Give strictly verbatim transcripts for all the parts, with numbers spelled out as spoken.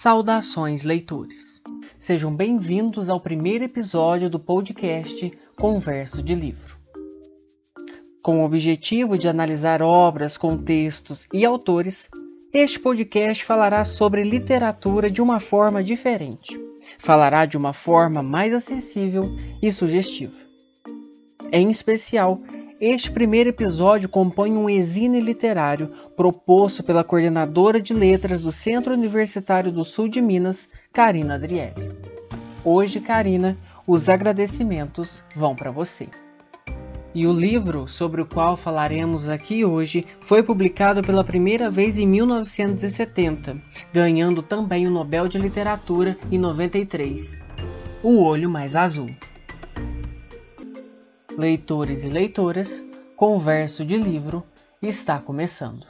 Saudações, leitores! Sejam bem-vindos ao primeiro episódio do podcast Converso de Livro. Com o objetivo de analisar obras, contextos e autores, este podcast falará sobre literatura de uma forma diferente. Falará de uma forma mais acessível e sugestiva. Em especial, este primeiro episódio compõe um exine literário proposto pela coordenadora de letras do Centro Universitário do Sul de Minas, Karina Adriele. Hoje, Karina, os agradecimentos vão para você. E o livro sobre o qual falaremos aqui hoje foi publicado pela primeira vez em mil novecentos e setenta, ganhando também o Nobel de Literatura em noventa e três, O Olho Mais Azul. Leitores e leitoras, Converso de Livro está começando.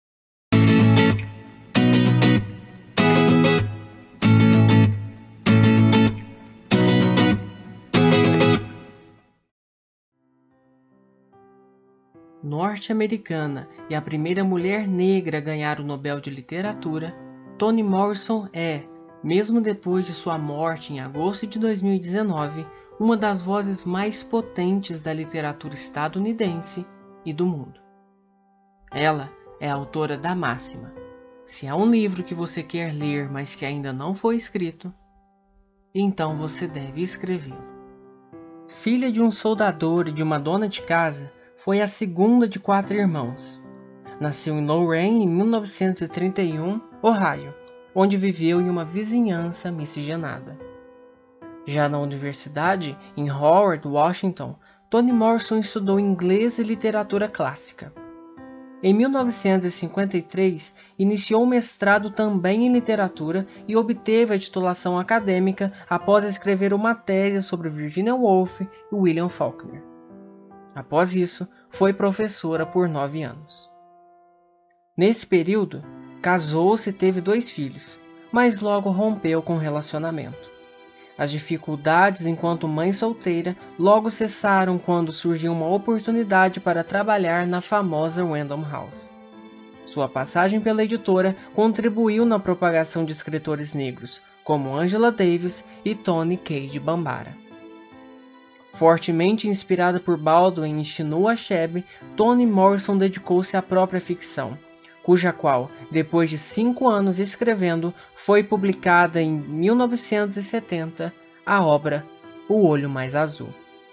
Norte-americana e a primeira mulher negra a ganhar o Nobel de Literatura, Toni Morrison é, mesmo depois de sua morte em agosto de dois mil e dezenove, uma das vozes mais potentes da literatura estadunidense e do mundo. Ela é a autora da máxima: se há um livro que você quer ler, mas que ainda não foi escrito, então você deve escrevê-lo. Filha de um soldador e de uma dona de casa, foi a segunda de quatro irmãos. Nasceu em Lorain em mil novecentos e trinta e um, Ohio, onde viveu em uma vizinhança miscigenada. Já na universidade, em Howard, Washington, Toni Morrison estudou inglês e literatura clássica. Em mil novecentos e cinquenta e três, iniciou um mestrado também em literatura e obteve a titulação acadêmica após escrever uma tese sobre Virginia Woolf e William Faulkner. Após isso, foi professora por nove anos. Nesse período, casou-se e teve dois filhos, mas logo rompeu com o relacionamento. As dificuldades enquanto mãe solteira logo cessaram quando surgiu uma oportunidade para trabalhar na famosa Random House. Sua passagem pela editora contribuiu na propagação de escritores negros, como Angela Davis e Toni Cade Bambara. Fortemente inspirada por Baldwin e Chinua Achebe, Toni Morrison dedicou-se à própria ficção, cuja qual, depois de cinco anos escrevendo, foi publicada em mil novecentos e setenta, a obra O Olho Mais Azul.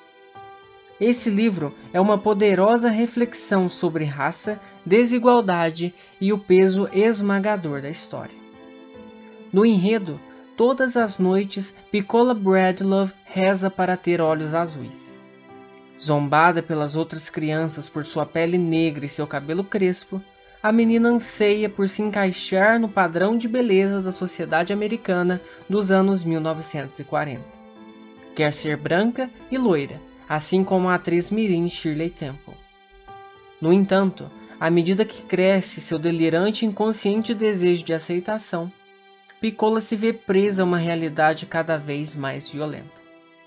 Esse livro é uma poderosa reflexão sobre raça, desigualdade e o peso esmagador da história. No enredo, todas as noites, Pecola Bradlove reza para ter olhos azuis. Zombada pelas outras crianças por sua pele negra e seu cabelo crespo, a menina anseia por se encaixar no padrão de beleza da sociedade americana dos anos mil novecentos e quarenta. Quer ser branca e loira, assim como a atriz mirim Shirley Temple. No entanto, à medida que cresce seu delirante e inconsciente desejo de aceitação, Pecola se vê presa a uma realidade cada vez mais violenta.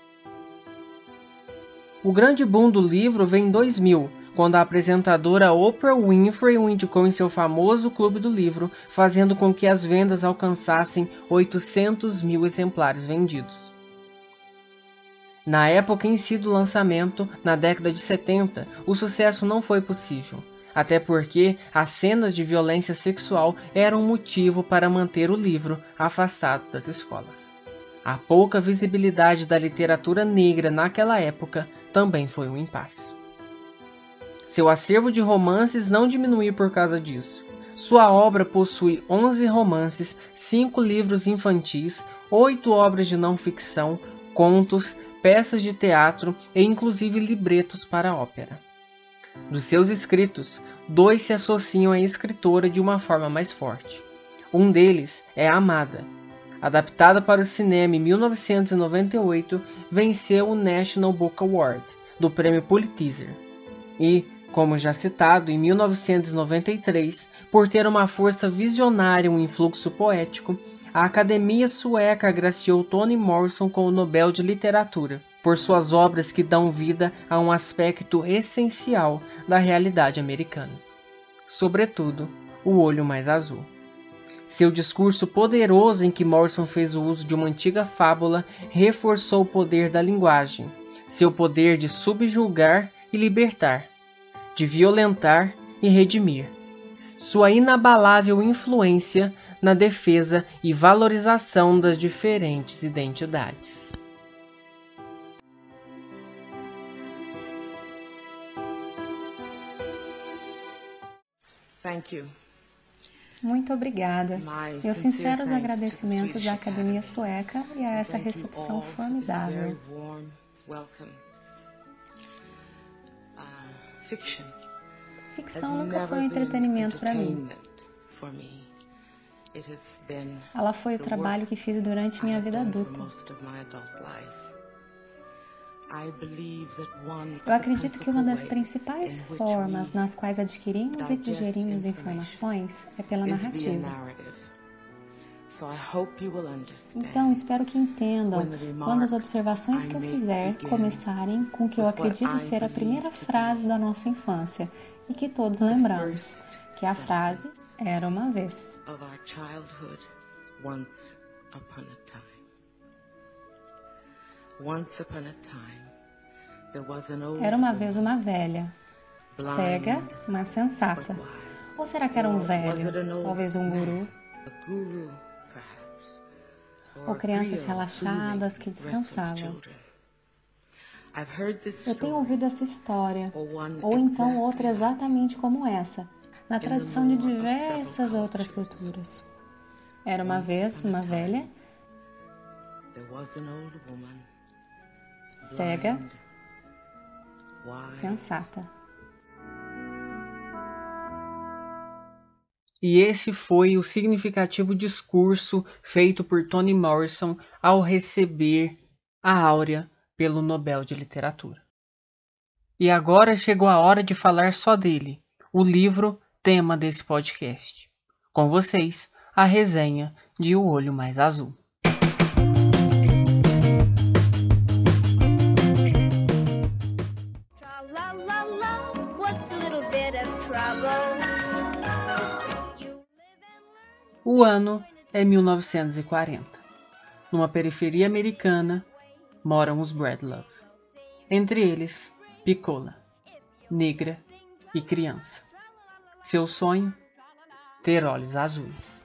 O grande boom do livro vem em dois mil, quando a apresentadora Oprah Winfrey o indicou em seu famoso Clube do Livro, fazendo com que as vendas alcançassem oitocentos mil exemplares vendidos. Na época em si do lançamento, na década de setenta, o sucesso não foi possível, até porque as cenas de violência sexual eram motivo para manter o livro afastado das escolas. A pouca visibilidade da literatura negra naquela época também foi um impasse. Seu acervo de romances não diminuiu por causa disso. Sua obra possui onze romances, cinco livros infantis, oito obras de não-ficção, contos, peças de teatro e inclusive libretos para ópera. Dos seus escritos, dois se associam à escritora de uma forma mais forte. Um deles é Amada. Adaptada para o cinema em mil novecentos e noventa e oito, venceu o National Book Award, do prêmio Pulitzer. E, como já citado, em mil novecentos e noventa e três, por ter uma força visionária e um influxo poético, a Academia Sueca agraciou Toni Morrison com o Nobel de Literatura, por suas obras que dão vida a um aspecto essencial da realidade americana. Sobretudo, O Olho Mais Azul. Seu discurso poderoso, em que Morrison fez o uso de uma antiga fábula, reforçou o poder da linguagem, seu poder de subjugar e libertar, de violentar e redimir, sua inabalável influência na defesa e valorização das diferentes identidades. Thank you. Muito obrigada. Meus sinceros agradecimentos à Academia Sueca e a essa recepção formidável. Ficção nunca foi um entretenimento para mim. Ela foi o trabalho que fiz durante minha vida adulta. Eu acredito que uma das principais formas nas quais adquirimos e digerimos informações é pela narrativa. Então, espero que entendam quando as observações que eu fizer começarem com o que eu acredito ser a primeira frase da nossa infância e que todos lembramos, que é a frase "Era uma vez". Era uma vez uma velha, cega, mas sensata. Ou será que era um velho, talvez um guru? Ou crianças relaxadas que descansavam? Eu tenho ouvido essa história, ou então outra exatamente como essa, na tradição de diversas outras culturas. Era uma vez uma velha, cega, sensata. E esse foi o significativo discurso feito por Toni Morrison ao receber a Áurea pelo Nobel de Literatura. E agora chegou a hora de falar só dele, o livro tema desse podcast. Com vocês, a resenha de O Olho Mais Azul. O ano é mil novecentos e quarenta. Numa periferia americana, moram os Breedlove. Entre eles, Piccola, negra e criança. Seu sonho? Ter olhos azuis.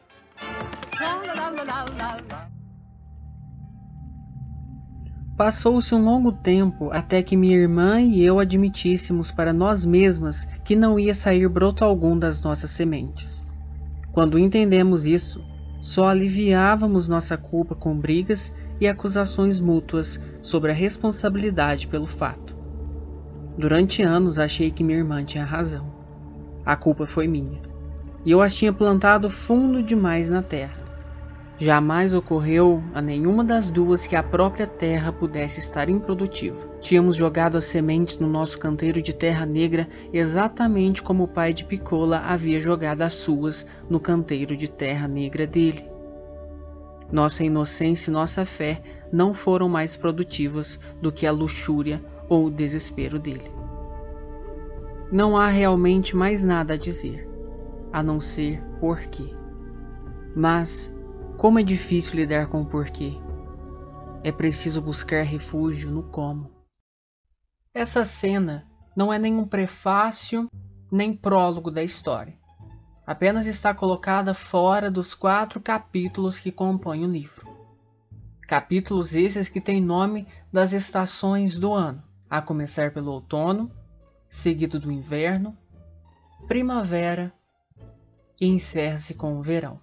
Passou-se um longo tempo até que minha irmã e eu admitíssemos para nós mesmas que não ia sair broto algum das nossas sementes. Quando entendemos isso, só aliviávamos nossa culpa com brigas e acusações mútuas sobre a responsabilidade pelo fato. Durante anos achei que minha irmã tinha razão. A culpa foi minha, e eu as tinha plantado fundo demais na terra. Jamais ocorreu a nenhuma das duas que a própria terra pudesse estar improdutiva. Tínhamos jogado as sementes no nosso canteiro de terra negra exatamente como o pai de Piccola havia jogado as suas no canteiro de terra negra dele. Nossa inocência e nossa fé não foram mais produtivas do que a luxúria ou o desespero dele. Não há realmente mais nada a dizer, a não ser porquê. Mas como é difícil lidar com o porquê. É preciso buscar refúgio no como. Essa cena não é nenhum prefácio nem prólogo da história. Apenas está colocada fora dos quatro capítulos que compõem o livro. Capítulos esses que têm nome das estações do ano, a começar pelo outono, seguido do inverno, primavera e encerra-se com o verão.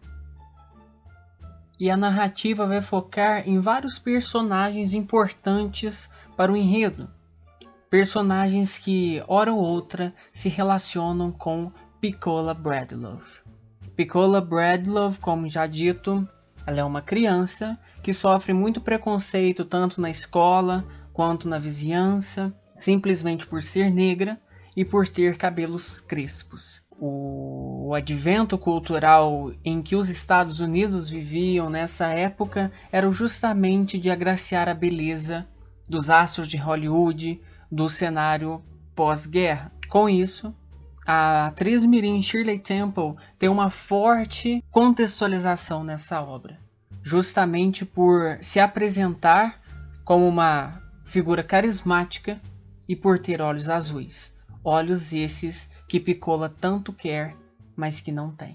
E a narrativa vai focar em vários personagens importantes para o enredo. Personagens que, hora ou outra, se relacionam com Piccola Breedlove. Piccola Breedlove, como já dito, ela é uma criança que sofre muito preconceito tanto na escola quanto na vizinhança, simplesmente por ser negra e por ter cabelos crespos. O, o advento cultural em que os Estados Unidos viviam nessa época era justamente de agraciar a beleza dos astros de Hollywood, do cenário pós-guerra. Com isso, a atriz mirim Shirley Temple tem uma forte contextualização nessa obra, justamente por se apresentar como uma figura carismática e por ter olhos azuis, olhos esses que Piccola tanto quer, mas que não tem.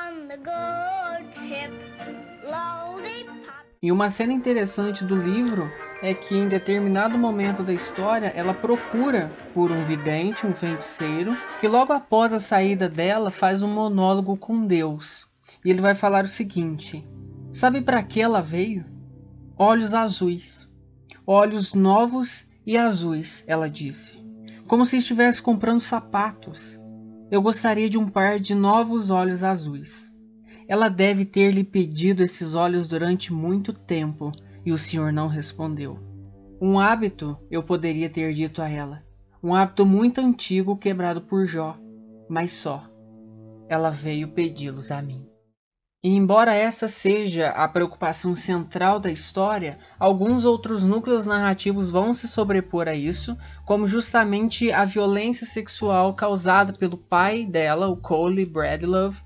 E uma cena interessante do livro é que em determinado momento da história ela procura por um vidente, um feiticeiro, que logo após a saída dela faz um monólogo com Deus. E ele vai falar o seguinte: sabe para que ela veio? Olhos azuis. Olhos novos e azuis, ela disse. Como se estivesse comprando sapatos. Eu gostaria de um par de novos olhos azuis. Ela deve ter lhe pedido esses olhos durante muito tempo, e o senhor não respondeu. Um hábito, eu poderia ter dito a ela. Um hábito muito antigo quebrado por Jó, mas só. Ela veio pedi-los a mim. E embora essa seja a preocupação central da história, alguns outros núcleos narrativos vão se sobrepor a isso, como justamente a violência sexual causada pelo pai dela, o Cole Bradlove,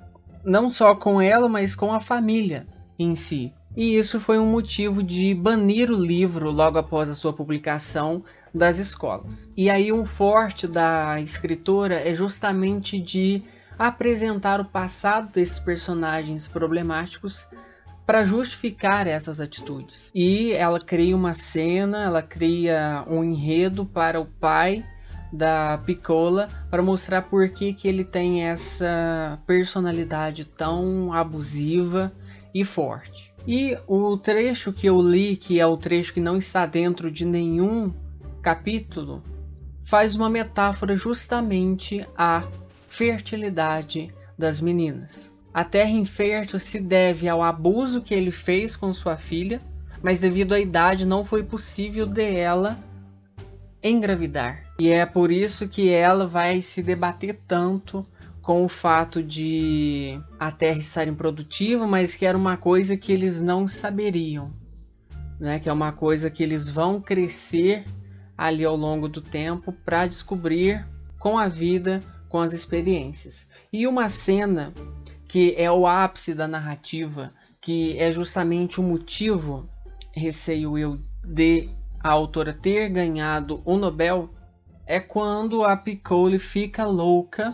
não só com ela, mas com a família em si. E isso foi um motivo de banir o livro logo após a sua publicação das escolas. E aí um forte da escritora é justamente de apresentar o passado desses personagens problemáticos para justificar essas atitudes. E ela cria uma cena, ela cria um enredo para o pai da Piccola para mostrar por que, que ele tem essa personalidade tão abusiva e forte. E o trecho que eu li, que é o trecho que não está dentro de nenhum capítulo, faz uma metáfora justamente à fertilidade das meninas. A terra infértil se deve ao abuso que ele fez com sua filha, mas devido à idade não foi possível dela engravidar. E é por isso que ela vai se debater tanto com o fato de a terra estar improdutiva, mas que era uma coisa que eles não saberiam, né? Que é uma coisa que eles vão crescer ali ao longo do tempo para descobrir com a vida, com as experiências. E uma cena que é o ápice da narrativa, que é justamente o motivo, receio eu, de a autora ter ganhado o Nobel, é quando a Piccola fica louca,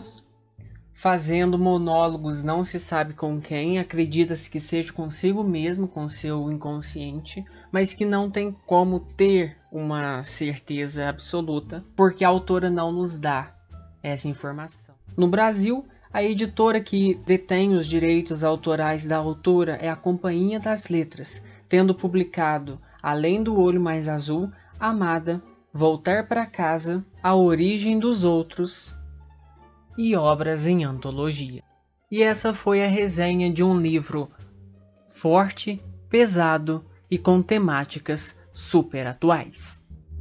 fazendo monólogos não se sabe com quem, acredita-se que seja consigo mesmo, com seu inconsciente, mas que não tem como ter uma certeza absoluta, porque a autora não nos dá essa informação. No Brasil, a editora que detém os direitos autorais da autora é a Companhia das Letras, tendo publicado, além do Olho Mais Azul, Amada, Voltar para Casa, A Origem dos Outros e obras em antologia. E essa foi a resenha de um livro forte, pesado e com temáticas super atuais.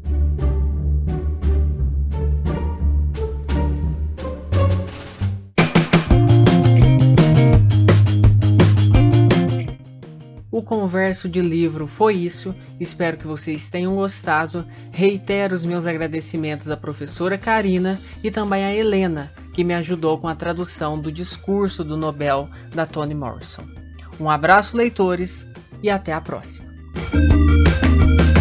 O Converso de Livro foi isso, espero que vocês tenham gostado. Reitero os meus agradecimentos à professora Karina e também à Helena, que me ajudou com a tradução do discurso do Nobel da Toni Morrison. Um abraço, leitores, e até a próxima!